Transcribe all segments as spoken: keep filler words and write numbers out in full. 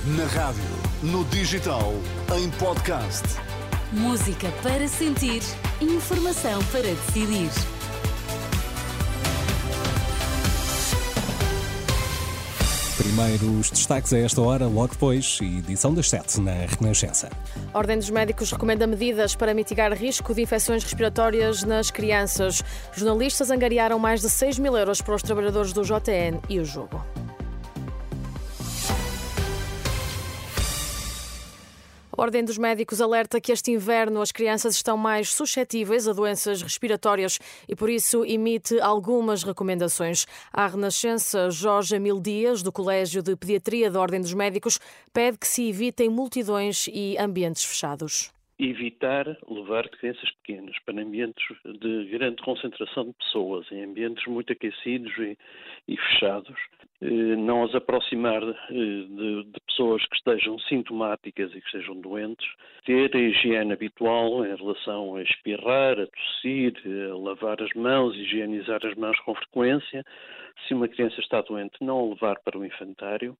Na rádio, no digital, em podcast. Música para sentir, informação para decidir. Primeiro os destaques a esta hora, logo depois, edição das sete na Renascença. A Ordem dos Médicos recomenda medidas para mitigar risco de infecções respiratórias nas crianças. Jornalistas angariaram mais de seis mil euros para os trabalhadores do J N e o jogo. A Ordem dos Médicos alerta que este inverno as crianças estão mais suscetíveis a doenças respiratórias e, por isso, emite algumas recomendações. À Renascença, Jorge Amil Dias, do Colégio de Pediatria da Ordem dos Médicos, pede que se evitem multidões e ambientes fechados. Evitar levar crianças pequenas para ambientes de grande concentração de pessoas, em ambientes muito aquecidos e, e fechados. Não as aproximar de, de pessoas que estejam sintomáticas e que estejam doentes. Ter a higiene habitual em relação a espirrar, a tossir, a lavar as mãos, higienizar as mãos com frequência. Se uma criança está doente, não a levar para o infantário.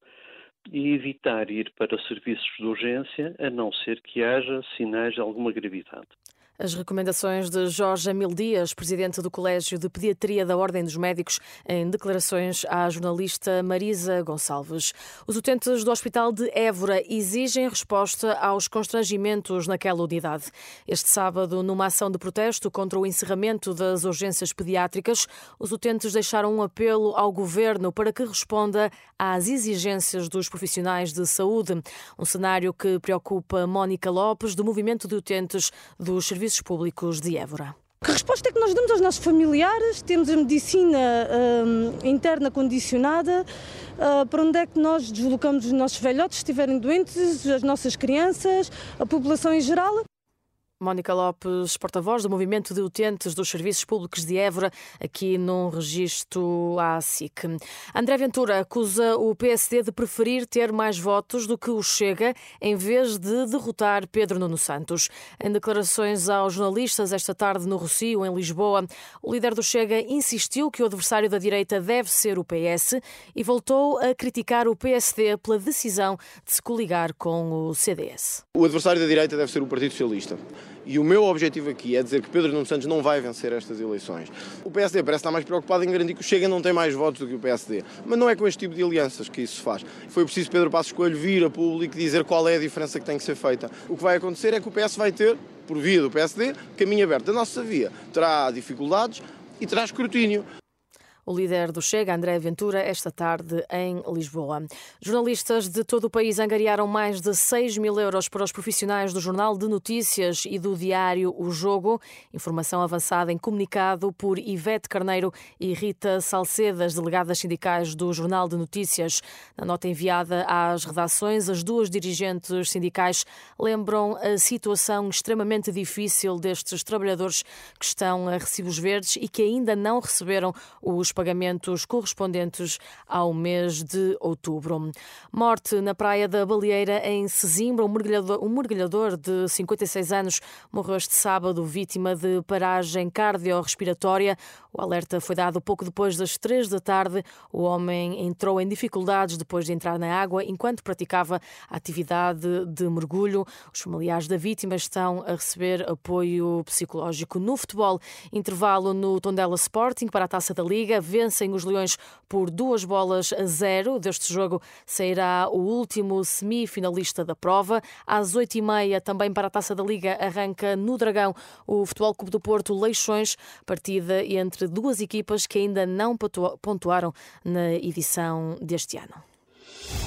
E evitar ir para serviços de urgência, a não ser que haja sinais de alguma gravidade. As recomendações de Jorge Amil Dias, presidente do Colégio de Pediatria da Ordem dos Médicos, em declarações à jornalista Marisa Gonçalves. Os utentes do Hospital de Évora exigem resposta aos constrangimentos naquela unidade. Este sábado, numa ação de protesto contra o encerramento das urgências pediátricas, os utentes deixaram um apelo ao governo para que responda às exigências dos profissionais de saúde. Um cenário que preocupa Mónica Lopes, do Movimento de Utentes dos Serviços Públicos de Évora. Que resposta é que nós damos aos nossos familiares? Temos a medicina uh, interna condicionada. Uh, para onde é que nós deslocamos os nossos velhotes se estiverem doentes, as nossas crianças, a população em geral? Mónica Lopes, porta-voz do Movimento de Utentes dos Serviços Públicos de Évora, aqui num registro à S I C. André Ventura acusa o P S D de preferir ter mais votos do que o Chega, em vez de derrotar Pedro Nuno Santos. Em declarações aos jornalistas esta tarde no Rossio, em Lisboa, o líder do Chega insistiu que o adversário da direita deve ser o P S e voltou a criticar o P S D pela decisão de se coligar com o C D S. O adversário da direita deve ser o Partido Socialista. E o meu objetivo aqui é dizer que Pedro Nuno Santos não vai vencer estas eleições. O P S D parece estar mais preocupado em garantir que o Chega não tem mais votos do que o P S D. Mas não é com este tipo de alianças que isso se faz. Foi preciso Pedro Passos Coelho vir a público e dizer qual é a diferença que tem que ser feita. O que vai acontecer é que o P S vai ter, por via do P S D, caminho aberto. A nossa via terá dificuldades e terá escrutínio. O líder do Chega, André Ventura, esta tarde em Lisboa. Jornalistas de todo o país angariaram mais de seis mil euros para os profissionais do Jornal de Notícias e do diário O Jogo. Informação avançada em comunicado por Ivete Carneiro e Rita Salcedas, delegadas sindicais do Jornal de Notícias. Na nota enviada às redações, as duas dirigentes sindicais lembram a situação extremamente difícil destes trabalhadores que estão a recibos verdes e que ainda não receberam os pagamentos correspondentes ao mês de outubro. Morte na Praia da Baleeira, em Sesimbra. Um mergulhador, um mergulhador de cinquenta e seis anos morreu este sábado, vítima de paragem cardiorrespiratória. O alerta foi dado pouco depois das três da tarde. O homem entrou em dificuldades depois de entrar na água enquanto praticava a atividade de mergulho. Os familiares da vítima estão a receber apoio psicológico. No futebol, intervalo no Tondela Sporting para a Taça da Liga. Vencem os Leões por duas bolas a zero. Deste jogo sairá o último semifinalista da prova. Às oito e meia, também para a Taça da Liga, arranca no Dragão o Futebol Clube do Porto Leixões, partida entre duas equipas que ainda não pontuaram na edição deste ano.